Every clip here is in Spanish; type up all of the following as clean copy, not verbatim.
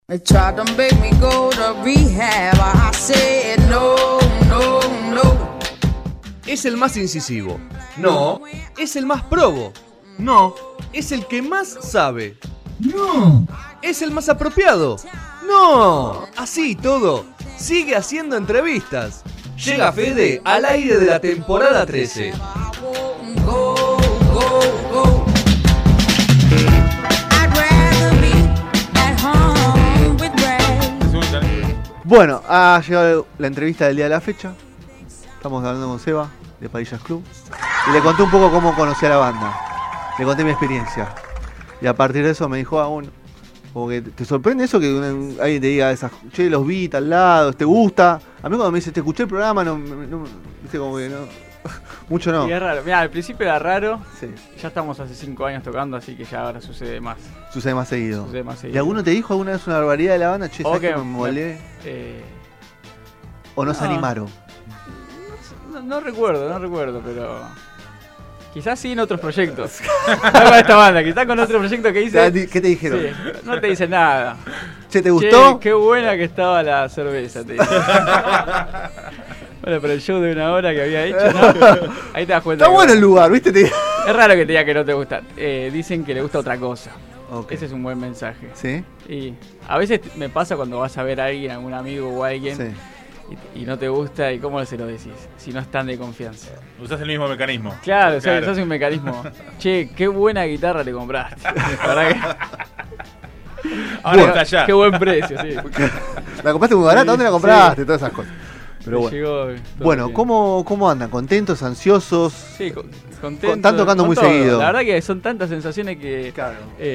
They tried to make me go to rehab. I said no, no, no. Es el más incisivo. No. Es el más probo. No. Es el que más sabe. No. Es el más apropiado. No. Así y todo, sigue haciendo entrevistas. Llega Fede al aire de la temporada 13. Go, go, go. I'd rather be at home with Ray. Bueno, ha llegado la entrevista del día de la fecha. Estamos hablando con Seba de Parillas Club. Y le conté un poco cómo conocí a la banda. Le conté mi experiencia. Y a partir de eso me dijo, bueno, como que te sorprende eso que alguien te diga esas, che, los vi tal lado, ¿te gusta? A mí cuando me dice, te escuché el programa, no viste, como que no, mucho no. Y es raro, mira, al principio era raro, Sí. ya estamos hace 5 años tocando, así que ya ahora sucede más. Sucede más seguido. Sucede más ¿Y seguido. alguno te dijo alguna vez una barbaridad de la banda? Che, ¿sabes Ok, que me molé? ¿O no se no. animaron? No recuerdo, pero quizás sí en otros proyectos. No con esta banda, quizás con otro proyecto que hice. ¿Qué te dijeron? Sí, no te dicen nada. Che, ¿te gustó? Che, qué buena que estaba la cerveza, te dicen. Bueno, pero el show de 1 hora que había hecho, ¿no? Ahí te das cuenta. Está bueno el lugar, ¿viste? Es raro que te diga que no te gusta. Dicen que le gusta otra cosa. Okay. Ese es un buen mensaje. ¿Sí? Y a veces me pasa cuando vas a ver a alguien, algún amigo o alguien, Sí. y no te gusta, ¿y cómo se lo decís? Si no están de confianza. Usás el mismo mecanismo. Claro, sos un mecanismo. Che, qué buena guitarra te compraste. La verdad que... Ahora está allá. Qué buen precio, sí. ¿La compraste muy barata? ¿Dónde la compraste? Todas esas cosas. Pero bueno. Llegó todo Bueno, bien. ¿cómo andan? ¿Contentos? ¿Ansiosos? Sí, contento. Están tocando con muy todo. seguido. La verdad que son tantas sensaciones que Claro.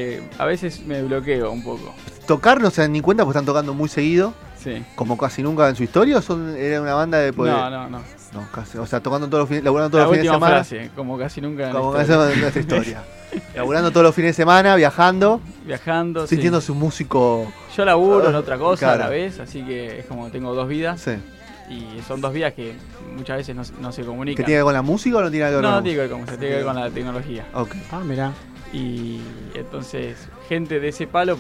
a veces me bloqueo un poco. ¿Tocar no se dan ni cuenta porque están tocando muy seguido? Sí. ¿Como casi nunca en su historia? ¿O era una banda de poder? No. No, casi. O sea, tocando todos los fines, laburando La todos los fines de última semana. frase, como casi nunca en la Como historia. eso es nuestra historia. Laburando todos los fines de semana, viajando, Viajando, sintiéndose sí. un músico. Yo laburo en otra cosa Claro. a la vez, así que es como tengo 2 vidas. Sí. Y son 2 vidas que muchas veces no se ¿Que comunican. tiene que ver con la música o no tiene que ver con No, la no tiene que ver con eso, tiene que ver con la tecnología. Ok. Ah, mirá. Y entonces, gente de ese palo,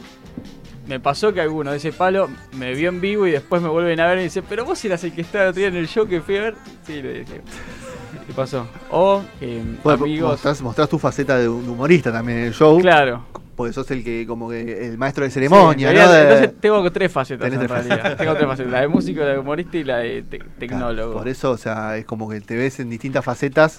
me pasó que alguno de ese palo me vio en vivo y después me vuelven a ver y me dicen, pero vos eras el que estaba el otro día en el show que fui a ver. Sí, le dije. ¿Qué pasó? O Bueno, amigos. mostrás tu faceta de un humorista también en el show. Claro. Porque sos el que, como que, el maestro de ceremonia, Sí, ¿no? entonces tengo 3 facetas Tenés en 3 realidad. Tengo 3 facetas, la de músico, la de humorista y la de tecnólogo. Por eso, o sea, es como que te ves en distintas facetas,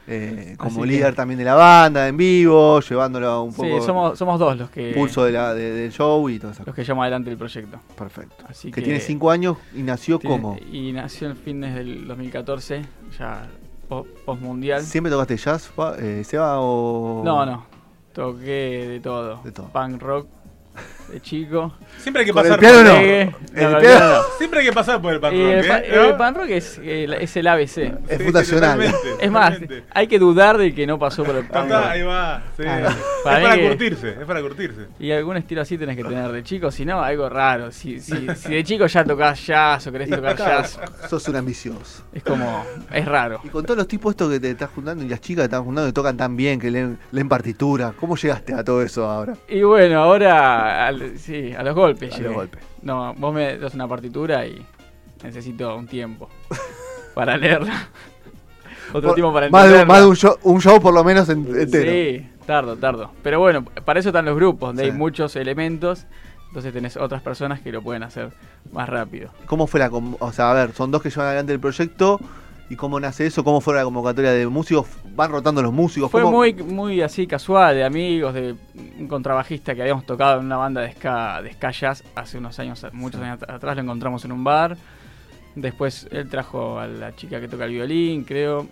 como Así líder que- también de la banda, en vivo, llevándolo un poco Sí, somos 2 los que pulso del show y todo eso. los que llevamos adelante el proyecto. Perfecto. Así Que tiene 5 años y nació tiene- como. Y nació en fines del 2014, ya post-mundial. ¿Siempre tocaste jazz, Seba, o...? No, toqué de todo. De todo. Punk rock de chico. Siempre hay que Con el pasar piano por no. Reggae. El No, piano- no. Siempre hay que pasar por el punk Y rock, el ¿no? punk rock es el ABC. Es fundacional. Totalmente, Es más, totalmente. hay que dudar de que no pasó por el Ahí punk está, rock. ahí va. Sí. Ah. Es Para mí para que- curtirse, es para curtirse. Y algún estilo así tenés que tener de chico, si no, algo raro. Si de chico ya tocás jazz o querés tocar jazz, Sos un ambicioso. es como, es raro. Y con todos los tipos estos que te estás juntando y las chicas que están juntando que tocan tan bien, que leen partitura, ¿cómo llegaste a todo eso ahora? Y bueno, ahora, a los golpes A llegué. los golpes. No, vos me das una partitura y necesito un tiempo para leerla. Otro tiempo para más entenderla. de un show por lo menos entero. Sí, tardo. Pero bueno, para eso están los grupos, donde Sí. hay muchos elementos. Entonces tenés otras personas que lo pueden hacer más rápido. ¿Cómo fue o sea, a ver, son 2 que llevan adelante el proyecto. ¿Y cómo nace eso? ¿Cómo fue la convocatoria de músicos? ¿Van rotando los músicos? Fue ¿Cómo? muy así casual, de amigos, de un contrabajista que habíamos tocado en una banda de ska jazz hace unos años, muchos años atrás, lo encontramos en un bar. Después él trajo a la chica que toca el violín, creo.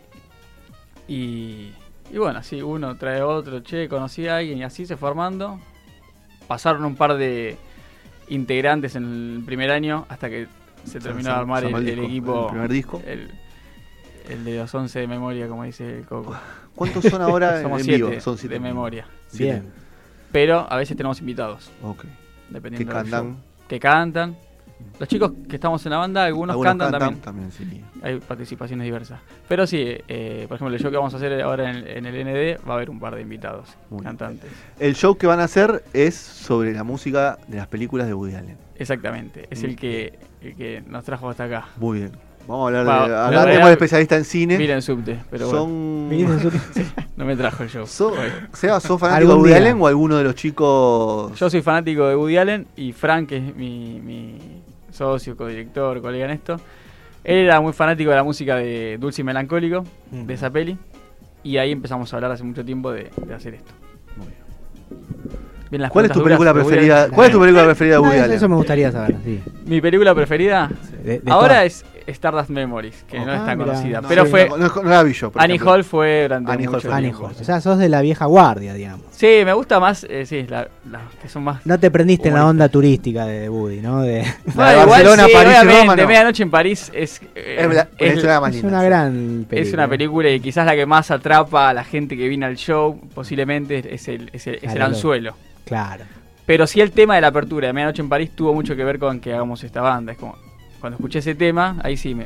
Y bueno, así uno trae otro, che, conocí a alguien y así se fue armando. Pasaron un par de integrantes en el primer año hasta que se terminó de armar Se armó el disco, equipo. el primer disco. El de los 11 de memoria, como dice el Coco. ¿Cuántos son ahora Somos en 7 vivo? Son 7 de memoria. Bien. Pero a veces tenemos invitados, Ok. dependiendo Que del cantan. show. Que cantan. Los chicos que estamos en la banda, algunos cantan también. Sí. Hay participaciones diversas. Pero sí, por ejemplo, el show que vamos a hacer ahora en el ND va a haber un par de invitados, cantantes. El show que van a hacer es sobre la música de las películas de Woody Allen. Exactamente, es el que nos trajo hasta acá. Muy bien. Vamos a Bueno, hablar la de verdad, especialista en cine. Miren subte, pero Son... no me trajo el show. Seba, ¿sos fanático de Woody Allen o alguno de los chicos? Yo soy fanático de Woody Allen y Frank, que es mi socio, codirector, colega en esto, él era muy fanático de la música de Dulce y Melancólico, de esa peli, y ahí empezamos a hablar hace mucho tiempo de hacer esto. Muy bien. Bien, las ¿Cuál es tu preguntas película duras de Woody preferida? Allen. ¿Cuál es tu película preferida de Woody Allen? Eso me gustaría saber, sí. Mi película preferida De ahora todas. es Stardust Memories, que no es tan mirá. conocida, No, pero sí, fue... no la vi yo, por Annie ejemplo. Hall fue durante Annie Hall mucho fue tiempo. O sea, sos de la vieja guardia, digamos. Sí, me gusta más, sí, las que son más... No te prendiste en la humorísticas. onda turística de Woody, ¿no? La de Bueno, igual Barcelona, sí, París y obviamente, Roma, no. Medianoche en París es la más Es linda, una sí. gran película. es una película y quizás la que más atrapa a la gente que viene al show, posiblemente es el Claro, anzuelo. Claro. Pero sí el tema de la apertura de Medianoche en París tuvo mucho que ver con que hagamos esta banda. Es como, cuando escuché ese tema, ahí sí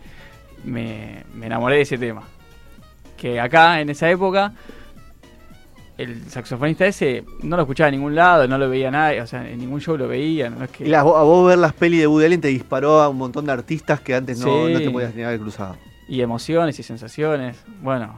me enamoré de ese tema. Que acá, en esa época, el saxofonista ese no lo escuchaba en ningún lado, no lo veía nadie, o sea, en ningún show lo veía. No es que... Y a vos ver las pelis de Woody Allen te disparó a un montón de artistas que antes no Sí. te podías ni haber cruzado. Y emociones y sensaciones. Bueno,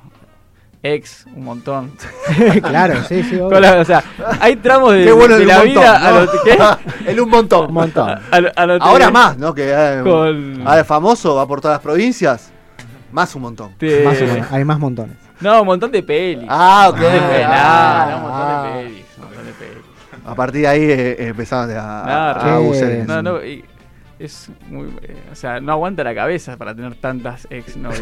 un montón. Claro, sí, sí. obvio. O sea, hay tramos de, Qué bueno de el la un montón, vida ¿no? a lo ¿qué? El un montón. Un montón. A lo Ahora más, ¿no? Que Con- ahora es famoso, va por todas las provincias. Más un montón. Más o menos, hay más montones. No, un montón de pelis. Ah, ok. Un montón de pelis. Ah, Un montón de pelis. Un montón de pelis. A partir de ahí empezaron a Qué- abusar en eso. No, y es muy... o sea, no aguanta la cabeza para tener tantas exnovias.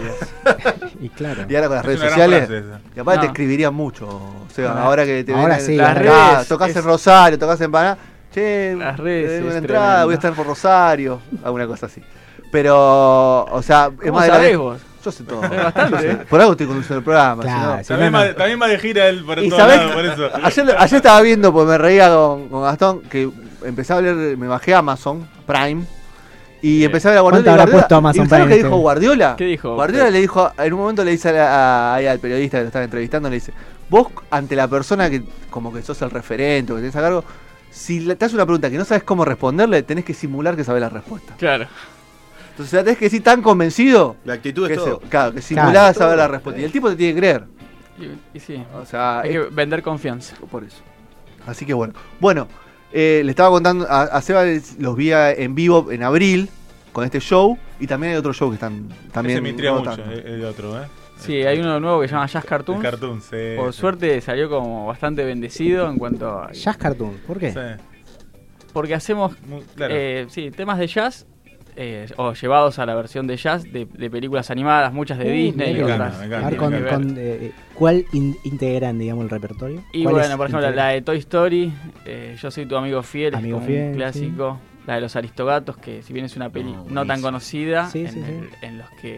Y claro. Y ahora con las Es redes una gran sociales. frase esa. Y aparte te No. escribirían mucho. O sea, No. ahora que te Ahora ven sí, las acá, redes tocas es- en Rosario, tocas en Paraná. Che, Las redes te doy una es entrada, tremendo. voy a estar por Rosario. Alguna cosa así. Pero, o sea, es ¿Cómo más de la sabés vez. vos? Yo sé todo. Sabés bastante, Yo sé. ¿eh? Por algo estoy conduciendo el programa. Claro, si sí. También, no, no. también va de gira él por Y todos sabés, lados, por eso. ayer estaba viendo, porque me reía con Gastón, que empecé a leer, me bajé a Amazon Prime y empecé a ver a Guardiola. ¿Cuánto habrá y Guardiola- puesto Amazon ¿Y sabes Prime qué este? dijo Guardiola? ¿Qué dijo? Guardiola le dijo, en un momento le dice ahí al periodista que lo estaba entrevistando, le dice, vos ante la persona que como que sos el referente o que tenés a cargo, si te haces una pregunta que no sabes cómo responderle, tenés que simular que sabés la respuesta. Claro. Entonces la tenés que decir tan convencido La actitud que, es todo. claro, que simulás saber la respuesta. Y el tipo te tiene que creer. Y sí. O sea, Hay que vender confianza. por eso. Así que bueno. Bueno, le estaba contando a Seba, los vi en vivo en abril con este show. Y también hay otro show que están también. Ese me intriga no mucho, tanto. el otro, ¿eh? Sí, hay uno nuevo que se llama Jazz Cartoon. El cartoon, sí. Por suerte salió como bastante bendecido en cuanto a... Jazz Cartoon, ¿por qué? Sí, Porque hacemos claro. sí, temas de jazz o llevados a la versión de jazz de películas animadas, muchas de Disney y me encanta, otras. me A encanta. ver, que tienen que ver. ¿cuál integran, digamos, el repertorio? Y ¿Cuál bueno, es por ejemplo, integran? la de Toy Story, Yo soy tu amigo fiel, Amigo es como fiel, un clásico. La de los Aristogatos, que si bien es una peli no tan buenísimo. conocida, Sí, sí, sí. en los que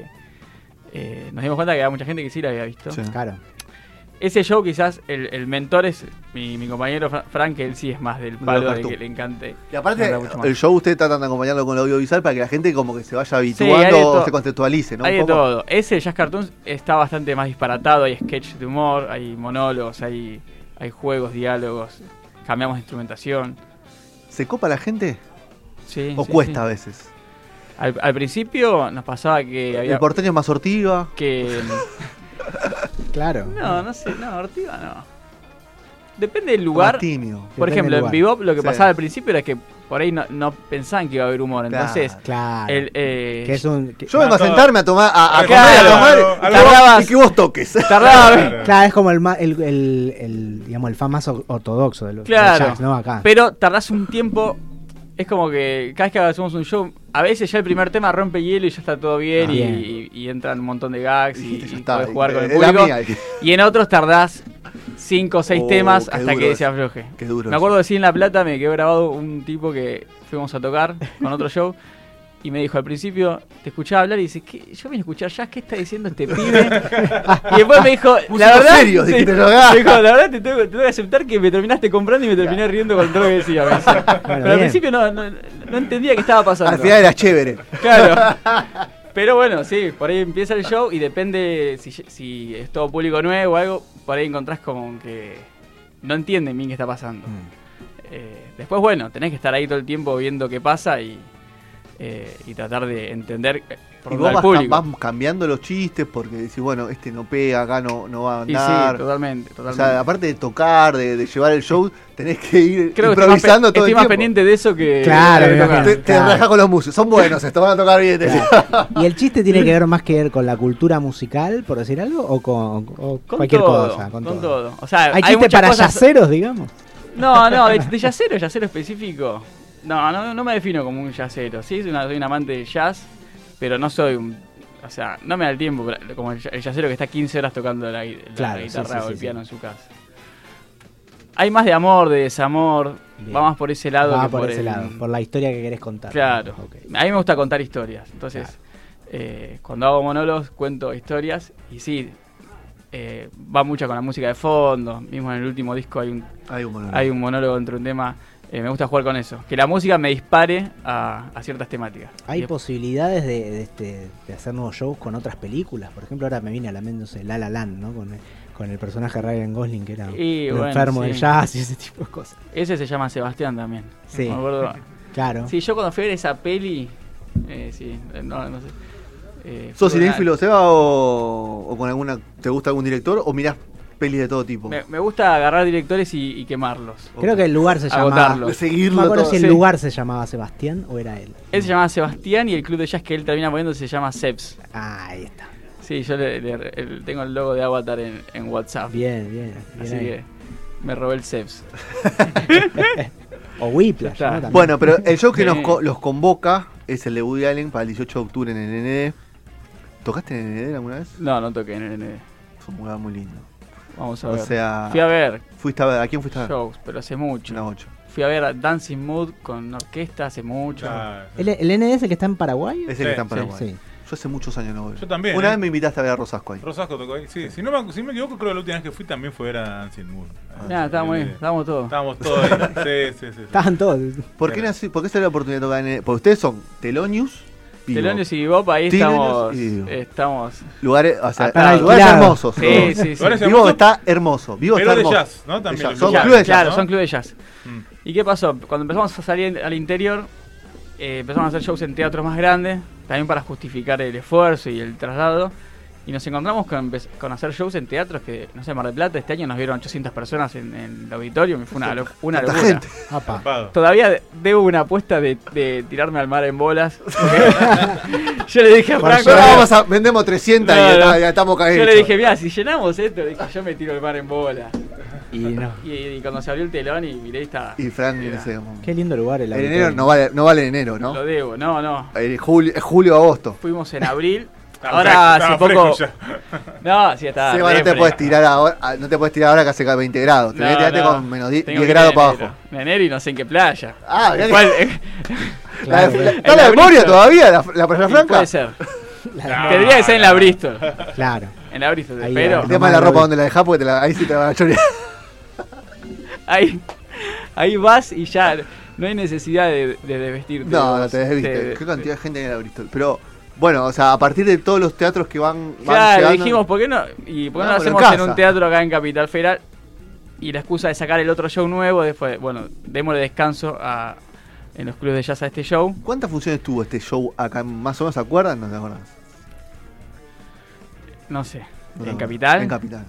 nos dimos cuenta que había mucha gente que sí la había visto. Sí. Claro. Ese show quizás el mentor es mi compañero Frank, que él sí es más del palo de cartoon. que le encante. Y aparte, Me gusta mucho más. el show ustedes tratan de acompañarlo con el audiovisual para que la gente como que se vaya hay de habituando o todo. se contextualice, ¿no? Hay Un de poco. todo. Ese Jazz Cartoons está bastante más disparatado, hay sketch de humor, hay monólogos, hay juegos, diálogos, cambiamos de instrumentación. ¿Se copa la gente? Sí, ¿O sí, cuesta sí. a veces? Al principio nos pasaba que había El porteño es más ortiva. que... Claro. No sé, no, Ortiva no. Depende del Más lugar. tímido. Por Depende ejemplo, del en lugar. Bebop lo que Sí. pasaba al principio era que por ahí no pensaban que iba a haber humor. Claro. Entonces, Claro. que es un... que- Yo vengo a todo. sentarme a tomar, a comer, Claro, a tomar tardabas- y que vos toques. tardaba... Claro, es como digamos, el fan más ortodoxo del Claro, jazz, ¿no? Acá. pero tardás un tiempo. Es como que cada vez que hacemos un show, a veces ya el primer tema rompe hielo y ya está todo bien, Ah, y, bien. y entran un montón de gags y, Ya y está, podés jugar con el es la público. mía. Y en otros tardás 5 o 6 Oh, temas qué hasta duro que eso. se afloje. Qué duro. Me acuerdo de sí en La Plata, me quedó grabado un tipo que fuimos a tocar con otro show Y me dijo, al principio te escuchaba hablar y dice, ¿qué? Yo vine a escuchar jazz, ¿qué está diciendo este pibe? Y después me dijo, la verdad, serio, sí, dijiste, lo hagas. me dijo, la verdad te tengo que aceptar que me terminaste comprando y me terminé riendo con todo lo que decía. Me dice. Pero al bien. principio no entendía qué estaba pasando. Al final era chévere. Claro. Pero bueno, sí, por ahí empieza el show y depende si es todo público nuevo o algo, por ahí encontrás como que no entienden bien qué está pasando. Después, bueno, tenés que estar ahí todo el tiempo viendo qué pasa y tratar de entender por Y dónde vos va el público. vas cambiando los chistes porque decís, bueno, este no pega, acá no va a Y andar. sí, totalmente. O sea, aparte de tocar, de llevar el show, tenés que ir Creo que improvisando todo estoy el más tiempo. pendiente de eso que Claro, de me tocar. imagino. Te Claro. relajás con los músicos. Son buenos, estos van a tocar bien. Y el chiste tiene que ver más que ver con la cultura musical, por decir algo, o con Con cualquier todo, cosa. Con todo. todo. O sea, ¿Hay chiste muchas para cosas- yaceros, digamos? No, de yacero específico. No me defino como un yacero. Sí, soy un amante del jazz, pero no soy un... O sea, no me da el tiempo como el yacero que está 15 horas tocando la Claro, guitarra sí, o el sí. piano en su casa. Hay más de amor, de desamor. Bien. Va más por ese lado Va que por ese el- lado, por la historia que querés contar. Claro. Ok. A mí me gusta contar historias. Entonces, cuando hago monólogos, cuento historias. Y sí, va mucho con la música de fondo. Mismo en el último disco hay un monólogo entre un tema. Me gusta jugar con eso. Que la música me dispare a ciertas temáticas. ¿Hay Y- posibilidades de hacer nuevos shows con otras películas? Por ejemplo, ahora me viene a la mente, no sé, La La Land, ¿no? Con el personaje de Ryan Gosling, que era Y, un bueno, enfermo sí. de jazz y ese tipo de cosas. Ese se llama Sebastián también. Sí. Me acuerdo. Claro. Sí, yo cuando fui a ver esa peli. Sí, no sé. ¿Sos fue una- cinéfilo, Seba, o con alguna, te gusta algún director o mirás pelis de todo tipo? Me gusta agarrar directores y quemarlos. Creo que el lugar se llamaba... Agotarlo. De No seguirlo me acuerdo todo. si el Sí. lugar se llamaba Sebastián o era él. Él se llama Sebastián y el club de jazz que él termina poniendo se llama Seps. Ah, ahí está. Sí, yo tengo el logo de Avatar en WhatsApp. Bien, bien. Así ahí. que me robé el Seps. O Whiplash, Ya está. ¿no? También. Bueno, pero el show que Sí. los convoca es el de Woody Allen para el 18 de octubre en el ND. ¿Tocaste en el ND alguna vez? No toqué en el ND. Fue un lugar muy lindo. Vamos a O ver. sea, Fui a ver fuiste a ver, ¿a quién fuiste a ver? shows, pero hace mucho. Una 8. Fui a ver a Dancing Mood con orquesta hace mucho. Ah, ¿El NDS que está en Paraguay? Es el que está en Sí, Paraguay. Sí. Yo hace muchos años no voy. Yo también, Una ¿eh? vez me invitaste a ver a Rosasco ahí. Rosasco tocó ahí. Sí, si no me equivoco, creo que la última vez que fui también fue ver a Dancing Moon. Mirá, estábamos todos. Estábamos todos ahí. Sí. Estaban todos. ¿Por qué se la oportunidad de tocar en ND? Porque ustedes son Telonius, Vivo. Telonius y Bebop, ahí Telonius y Vivo. estamos. Lugares, o sea, Para lugares alquilar. hermosos. Sí, todos. sí, sí. Lugares Vivo hermosos, está hermoso. Vivo pero está de hermoso. jazz, ¿no? También. De jazz. los Son lugares. clubes de jazz, Claro, ¿no? son club de jazz. Mm. ¿Y qué pasó? Cuando empezamos a salir al interior, empezamos a hacer shows en teatros más grandes, también para justificar el esfuerzo y el traslado. Y nos encontramos con hacer shows en teatros que, no sé, Mar del Plata, este año nos vieron 800 personas en el auditorio, y fue una Tanta locura. gente. Apa. Zarpado. Todavía debo una apuesta de tirarme al mar en bolas. Yo le dije a Por Franco, suerte. Vendemos 300 y No, no. ya estamos yo caídos. le dije, mira, si llenamos esto, le dije, yo me tiro al mar en bolas. Y no. Y cuando se abrió el telón y miré, estaba... Y Frank, Era. ese, Qué lindo lugar el en auditorio. enero no vale en enero, ¿no? Lo debo, no. Julio, agosto. Fuimos en abril. Estaba Ahora estaba hace poco... fresco ya. No, sí, está. Seba, no te puedes tirar ahora que hace 20 grados. Tenés que tirarte con menos 10 Tengo que ir grados en para enero. abajo. En enero y no sé en qué playa. Ah, mirá que- Igual, Claro, ¿Está en la la memoria Bristol. todavía? ¿La Playa sí, Franca? puede ser. la- Tendría que ser en la Bristol. claro. En la Bristol, Ahí, pero El tema de la ropa, donde la dejás, porque ahí sí te van a chorear. ahí vas y ya no hay necesidad de desvestirte. No, no vos. te desviste. Qué cantidad de gente hay en la Bristol. Pero, bueno, o sea, a partir de todos los teatros que van Claro, llegando- dijimos, ¿por qué no? Y por qué no lo Hagámoslo en hacemos en casa. un teatro acá en Capital Federal? Y la excusa de sacar el otro show nuevo, después, bueno, démosle descanso en los clubes de jazz a este show. ¿Cuántas funciones tuvo este show acá? ¿Más o menos se acuerdan? ¿No te acuerdas? No sé. No te ¿En acuerdas. Capital? En Capital.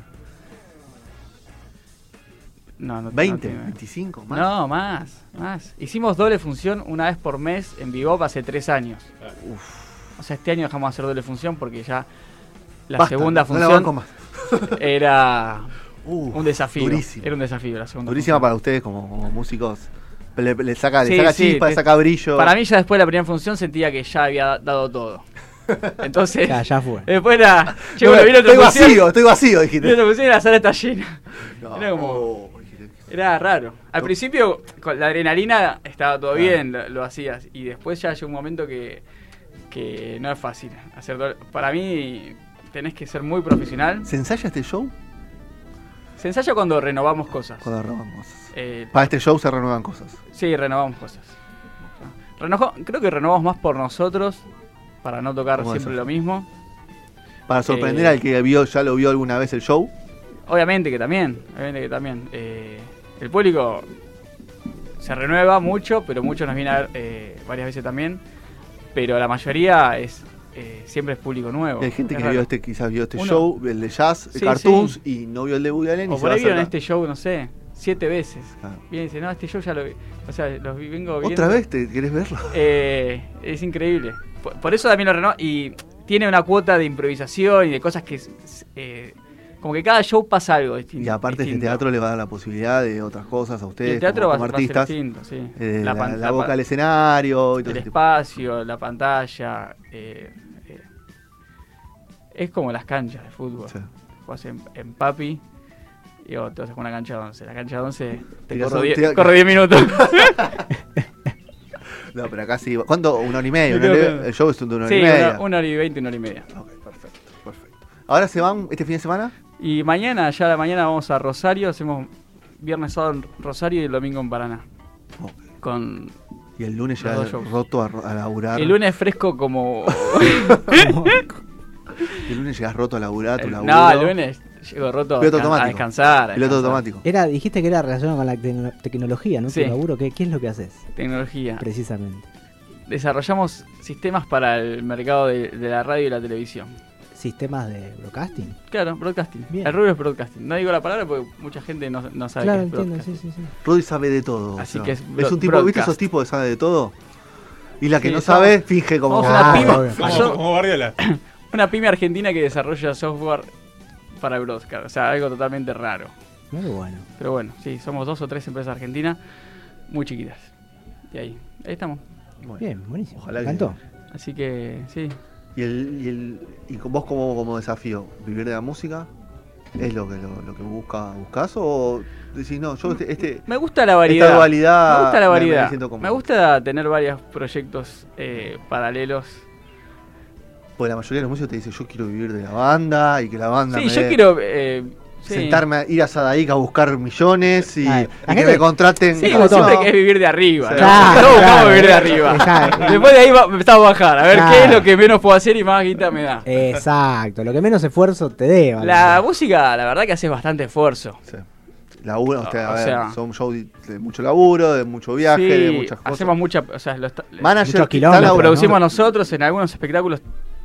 No, 20, tengo- 25, más. No, más. Hicimos doble función una vez por mes en Bebop hace 3 años. O sea, este año dejamos de hacer doble función porque ya la Basta, segunda no la banco función más. era Uf, un desafío. Durísimo. Era un desafío la segunda Durísima función. para ustedes como músicos. Le saca Sí, sí, chispa, le saca brillo. Para mí ya después de la primera función sentía que ya había dado todo. Entonces, Ya fue. después era... Che, No, bueno, viene otra estoy función. vacío, Viene dijiste. otra función y la sala está llena. No, Era como... dijiste, Era raro. Al principio, con la adrenalina estaba todo Claro. bien, lo hacías. Y después ya llegó un momento que no es fácil hacer todo. Para mí, tenés que ser muy profesional. ¿Se ensaya este show? Se ensaya cuando renovamos cosas. Cuando renuevan cosas. Eh, Para este show se renuevan cosas. sí, renovamos cosas. Creo que renovamos más por nosotros, para no tocar ¿Cómo siempre eso? lo mismo. Para sorprender Eh, al que ya lo vio alguna vez el show. Obviamente que también. El público se renueva mucho, pero muchos nos vienen a ver varias veces también. Pero la mayoría siempre es público nuevo. Y hay gente Es que raro. quizás vio este Uno- show, el de jazz, Sí, cartoons, y no vio el de Woody Allen y O se por va a ahí vieron acercar. este show, no sé, 7 veces. Claro. Viene y dice, no, este show ya lo vi. O sea, vengo viendo. ¿Otra vez te querés verlo? Es increíble. Por eso también lo renovó. Y tiene una cuota de improvisación y de cosas que... como que cada show pasa algo distinto. Y aparte este teatro le va a dar la posibilidad de otras cosas a Y ustedes el teatro como va a ser artistas. distinto, sí. La boca al escenario y todo el ese tipo. espacio, la pantalla. Es como las canchas de fútbol. Sí. Jugás en Papi y te vas a jugar una cancha de 11. La cancha de 11 te Tirás corro un- 10 tira- corro 10 minutos. No, pero acá sí. ¿Cuánto? ¿Una hora y media? Yo creo que- El show es de una hora Sí, y media. una hora y 20, una hora y media. Ok, perfecto. ¿Ahora se van este fin de semana? Y mañana, ya a la mañana vamos a Rosario. Hacemos viernes, sábado en Rosario y el domingo en Paraná. Ok. Con Y el lunes Los ya dos shows. roto a laburar. el lunes fresco como... El lunes llegas roto a laburar, tu laburo. no, el lunes llego roto a, Piloto a automático. descansar. a Piloto descansar. automático. Dijiste que era relacionado con la tecnología, ¿no? Sí. Tu laburo, ¿qué es lo que haces? Tecnología. Precisamente. Desarrollamos sistemas para el mercado de la radio y la televisión. Sistemas de broadcasting. Claro, broadcasting. Bien. El rubro es broadcasting. No digo la palabra porque mucha gente no sabe Claro, qué es entiendo, broadcasting. sí. Rudy sabe de todo. Así o sea, que es un tipo, ¿viste broadcast. esos tipos que saben de todo? Y la que Sí, no somos- sabe, finge como... somos una pyme. obvio. Como Guardiola. Una pyme argentina que desarrolla software para el broadcast. O sea, algo totalmente raro. Muy bueno. Pero bueno, sí, somos 2 o 3 empresas argentinas muy chiquitas. Y ahí estamos. Bueno. Bien, buenísimo. Ojalá Me que- encantó. Así que sí. ¿Y con vos como desafío? ¿Vivir de la música? ¿Es lo que buscas o decís, no, yo Me gusta la variedad. esta dualidad Me gusta la me variedad. siento cómodo? Me gusta tener varios proyectos paralelos. Porque la mayoría de los músicos te dicen, yo quiero vivir de la banda y que la banda Sí, me yo dé- quiero sí. sentarme, ir a Sadaic a buscar millones y, Ah, y la que gente- me contraten. Sí, como siempre todo. que es vivir de arriba. ¿no? Claro, Todos buscamos claro. vivir de arriba. Exacto. Después de ahí empezamos a bajar. A ver Claro. qué es lo que menos puedo hacer y más guita me da. Exacto. Lo que menos esfuerzo te dé. ¿vale? La música, la verdad que hace bastante esfuerzo. Sí. Laburo, usted, a O ver, sea- son shows de mucho laburo, de mucho viaje, Sí, de muchas cosas. hacemos mucha, o sea, Manager, muchos que kilómetros, está lo ¿no? producimos nosotros en algunos espectáculos.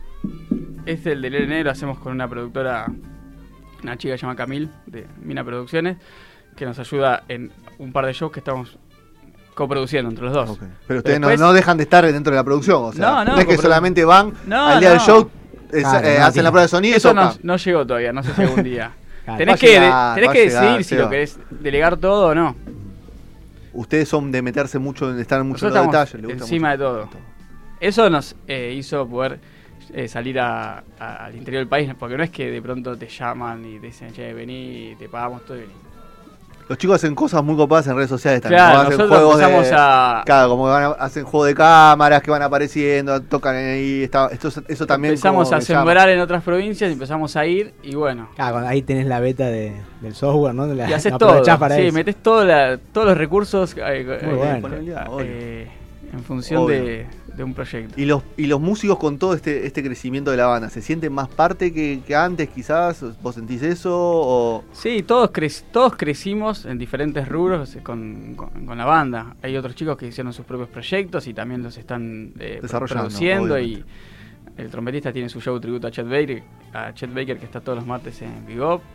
El del enero lo hacemos con una productora, una chica que se llama Camil, de Mina Producciones, que nos ayuda en un par de shows que estamos coproduciendo entre los dos. Ok. Pero ustedes después- no dejan de estar dentro de la producción, o sea, No, no, es que coprodu- solamente van No, al día del no. show, Claro, no, hacen tiene- la prueba de sonido y Eso tocan. no llegó todavía, no sé si algún día. Claro. Tenés Va a que, llegar, tenés va que a llegar, decidir si Seba. lo querés delegar todo o no. Ustedes son de meterse mucho, de estar mucho en Nosotros los estamos detalles. les gusta encima mucho. de todo. Eso nos hizo poder salir al interior del país, porque no es que de pronto te llaman y te dicen, che, vení, te pagamos todo y vení. Los chicos hacen cosas muy copadas en redes sociales también. Claro, como hacen nosotros juegos empezamos de, a... Claro, como que hacen juegos de cámaras que van apareciendo, tocan ahí. Eso también. Empezamos como a que llama. sembrar en otras provincias y empezamos a ir y bueno. Claro, ahí tenés la beta del software, ¿no? Y haces la todo. aprovechás para Sí, eso. metés todos los recursos Muy bueno. Disponibilidad, obvio. en función Obvio. de un proyecto. Y los músicos con todo este crecimiento de la banda, ¿se sienten más parte que antes quizás? ¿Vos sentís eso? O... Sí, todos crecimos en diferentes rubros con la banda. Hay otros chicos que hicieron sus propios proyectos y también los están Desarrollando, produciendo. Y obviamente. el trompetista tiene su show tributo a Chet Baker que está todos los martes en Big Up.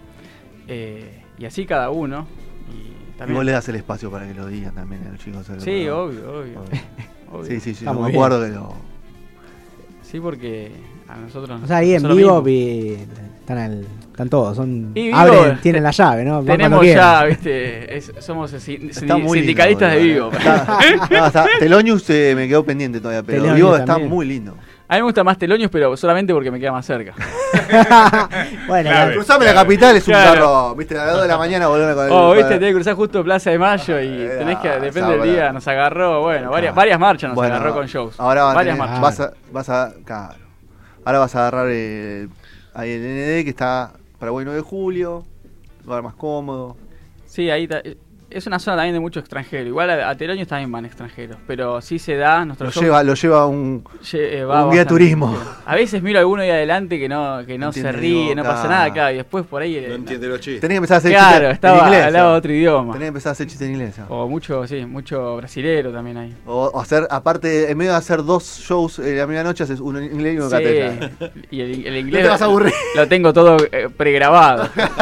Y así cada uno. Y Y también, vos le das el espacio para que lo digan también a los chicos. sí, obvio. Obvio. Sí, Está yo muy me acuerdo que lo... Sí, porque a nosotros O sea, ahí en nosotros vivo mismos. están todos, Y abren, tienen la llave, ¿no? Van cuando Tenemos quieran. ya, viste, somos Está muy sindicalistas de lindo, vivo. Telonius me quedó pendiente todavía, pero Telonius Vivo está también. muy lindo. A mí me gusta más Teloños, pero solamente porque me queda más cerca. Bueno, Clave. Cruzame la capital es un Claro. carro, viste, a las 2 de la mañana volverme con el. Viste, tenés que cruzar justo Plaza de Mayo y tenés que, depende del día, nos agarró, bueno, varias marchas nos agarró con shows. Ahora varias marchas. claro. Ahora vas a agarrar ahí el ND que está Paraguay 9 de julio, lugar más cómodo. Sí, ahí es una zona también de mucho extranjero. Igual a Teloños también van extranjeros, pero sí se da nuestro show. Lo lleva un guía bastante. turismo. A veces miro a alguno ahí adelante que no se ríe, no pasa nada, claro, y después por ahí No entiende los chistes. Tenés que empezar a hacer claro, chistes estaba en inglés. hablaba otro idioma. Tenés que empezar a hacer chistes en inglés. O mucho brasilero también ahí. O hacer, aparte, en medio de hacer 2 shows la misma noche, haces uno en inglés y uno en castellano. Y el No inglés te vas a aburrir. lo tengo todo pregrabado.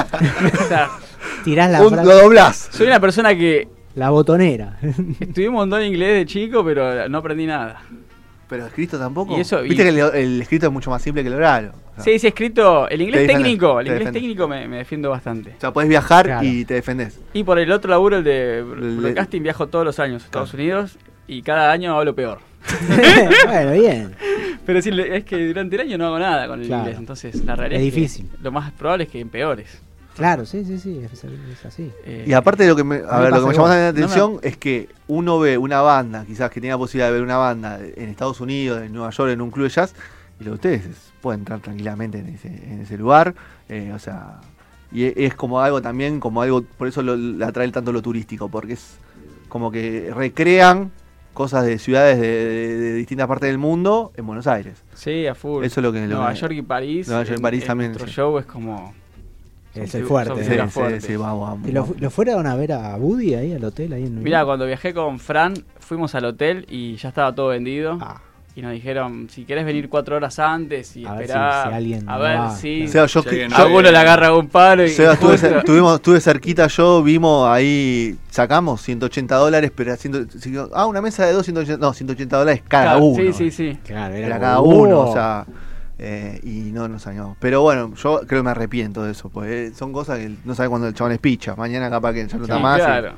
O sea, tirás la Lo frase. doblás. soy una persona que La botonera. estudié un montón de inglés de chico, pero no aprendí nada. Pero escrito tampoco. Y eso- Viste que el escrito es mucho más simple que el oral. O sea, Sí, escrito. El inglés Te defendés, técnico, el te inglés defendés. técnico me defiendo bastante. O sea, podés viajar Claro. y te defendés. Y por el otro laburo, el de de- broadcasting, viajo todos los años a Estados Unidos y cada año hablo peor. Bueno, bien. Pero sí, es que durante el año no hago nada con el Claro. inglés, entonces la realidad Es es que difícil. lo más probable es que empeores. Claro, sí, es así. Y aparte de lo que me, A a mí ver, lo que pasa me igual. llamó la atención es que uno ve una banda, quizás que tenía la posibilidad de ver una banda en Estados Unidos, en Nueva York, en un club de jazz, y lo de ustedes pueden entrar tranquilamente en ese lugar, o sea, y es como algo también, como algo, por eso le atrae tanto lo turístico, porque es como que recrean cosas de ciudades de distintas partes del mundo en Buenos Aires. Sí, a full. Eso es lo que... Nueva York y París. Nueva York y París también, Nuestro sí. show es como... Es son el figu- fuerte. son ¿eh? figuras Sí, sí, fuertes. sí, vamos. ¿Y lo fueron a ver a Woody ahí al hotel? Ahí en Mirá, cuando viajé con Fran, fuimos al hotel y ya estaba todo vendido. Ah, Y nos dijeron, si querés venir 4 horas antes y A ver esperar, si alguien a ver va. si O sea, yo Si alguien yo- alguno le agarra un palo y Seba, justo- estuve cerquita yo, vimos ahí, sacamos $180, pero una mesa de $180 cada Claro, uno. Sí. claro, Era como, cada uno, o sea, y no nos animamos. Pero bueno, yo creo que me arrepiento de eso, porque son cosas que no sabe cuando el chabón es picha. Mañana capaz que ya no está Sí, más. claro.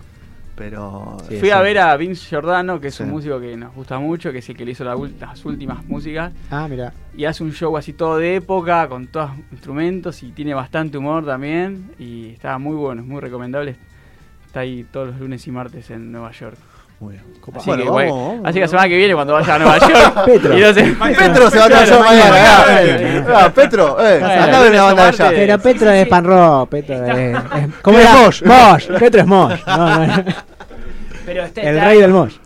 Pero Sí. Fui a ver a Vince Giordano, que es un Sí. músico que nos gusta mucho, que es el que le hizo las últimas músicas. Ah, mira. Y hace un show así todo de época, con todos instrumentos y tiene bastante humor también. Y está muy bueno, es muy recomendable. Está ahí todos los lunes y martes en Nueva York. muy bien. Así, Bueno, que, vamos. así que la semana que viene, cuando vaya a Nueva York. Petro. y no sé- Petro se va a traer mañana. Petro, Bueno, anda a ver una banda de lunes o jazz. martes. Pero Petro es pan rock, Petro es... ¿Cómo Es era? Mosh. Mosh. Petro es Mosh. No. Pero El rey del Mosh.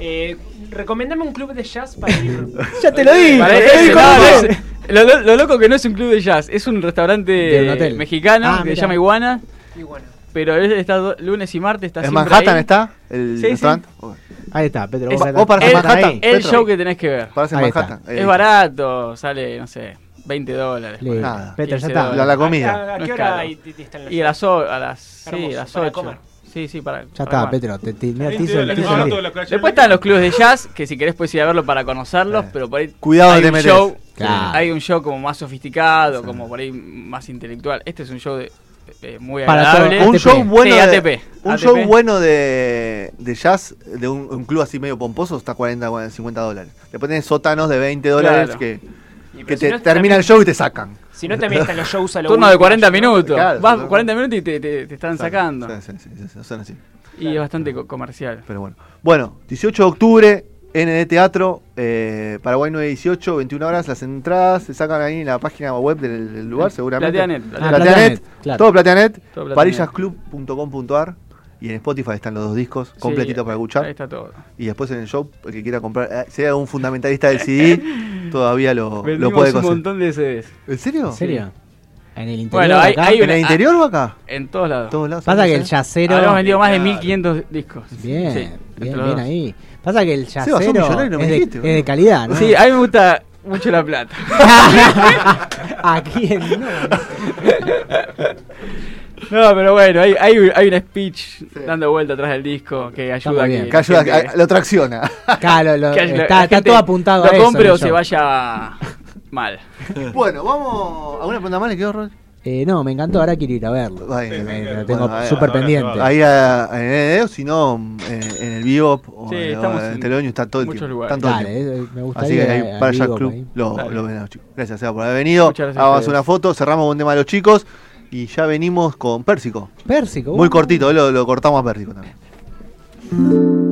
Recomendame un club de jazz para ir. Ya te lo dije. Para te lo ese, dije no, con no vos. es- lo loco que no es un club de jazz, es un restaurante De un hotel. mexicano Ah, que se mira. llama Iguana, Y bueno. pero él está lunes y martes, está ¿En siempre Manhattan ahí. está el Sí, restaurante? Ahí está, Petro. Es- vos vos para el, Manhattan, el Petro. show que tenés que ver. Parece en Ahí está. Manhattan. Es barato, sale, no sé, $20. Listo. Nada. Petro, ya 15 está. La comida. ¿A No qué es hora caro. ahí están los Y a las, a las, Hermoso, sí, a las para 8. comer. Sí, para Ya para está, comer. Petro. Mira, te 20 hizo el dólares, hizo el barato día. la playa. Después están los clubes de jazz, que si querés puedes ir a verlo para conocerlos, pero por ahí Cuidado hay te un metes. show, Claro. hay un show como más sofisticado, Sí. como por ahí más intelectual. Este es un show muy Para agradable. todo- Un ATP. show bueno Sí, de, ATP. un ATP. show bueno de jazz de un club así medio pomposo está $40-50. Después tenés sótanos de $20 Claro. que Y te pero si no, termina el show y te sacan. Si no, también están los shows a lo Turno de último, 40 ¿no? minutos. Claro, Vas sí, 40 minutos y te están sacando. Sí, son así. Y es bastante comercial. Pero bueno. Bueno, 18 de octubre, ND Teatro, Paraguay 918, 21 horas. Las entradas se sacan ahí en la página web del lugar, seguramente. Plateanet. Ah, Plateanet, Plateanet, claro. todo Plateanet, Todo Plateanet. parillasclub.com.ar y en Spotify están los dos discos completitos Sí, para escuchar. Ahí está todo. Y después en el show, el que quiera comprar, sea un fundamentalista del CD, todavía lo Vendimos puede un conseguir. montón de CDs. ¿En serio? ¿En serio? En el interior. Bueno, hay- acá. hay ¿En una- el interior o acá? En todos lados. Todos lados. Pasa que el ¿sí? yacero. Habremos vendido más de Claro. 1500 discos. Bien, Sí, bien, entre los bien dos. ahí. Pasa que el Seba, sos yacero millonario, no me es, dijiste, es de boludo. calidad, ¿no? Sí, a mí me gusta mucho la plata. ¿A quién no? No, pero bueno, hay un speech dando vuelta atrás del disco que ayuda a muy bien. que, Que ayuda, la gente- lo tracciona. Claro, que la está gente todo apuntado lo a eso. compre en o el se show. vaya mal. Bueno, vamos. ¿Alguna pregunta más le quedó, Rol? No, me encantó, ahora quiero ir a verlo. Ay, Lo tengo bueno, súper ahora pendiente. va. Ahí o si no, en el Bebop o Sí, en estamos el en Telonio está todo el muchos tiempo. lugares. Están todo el tiempo. Dale, me gustaría Así que ahí ir al para Jazz Bebop Club ahí. lo Dale. ven a los chicos. Gracias, Seba, por haber venido. Muchas gracias a Hagamos ustedes. una foto, cerramos con tema de los chicos y ya venimos con Pérsico. Pérsico. Muy cortito, lo cortamos a Pérsico también.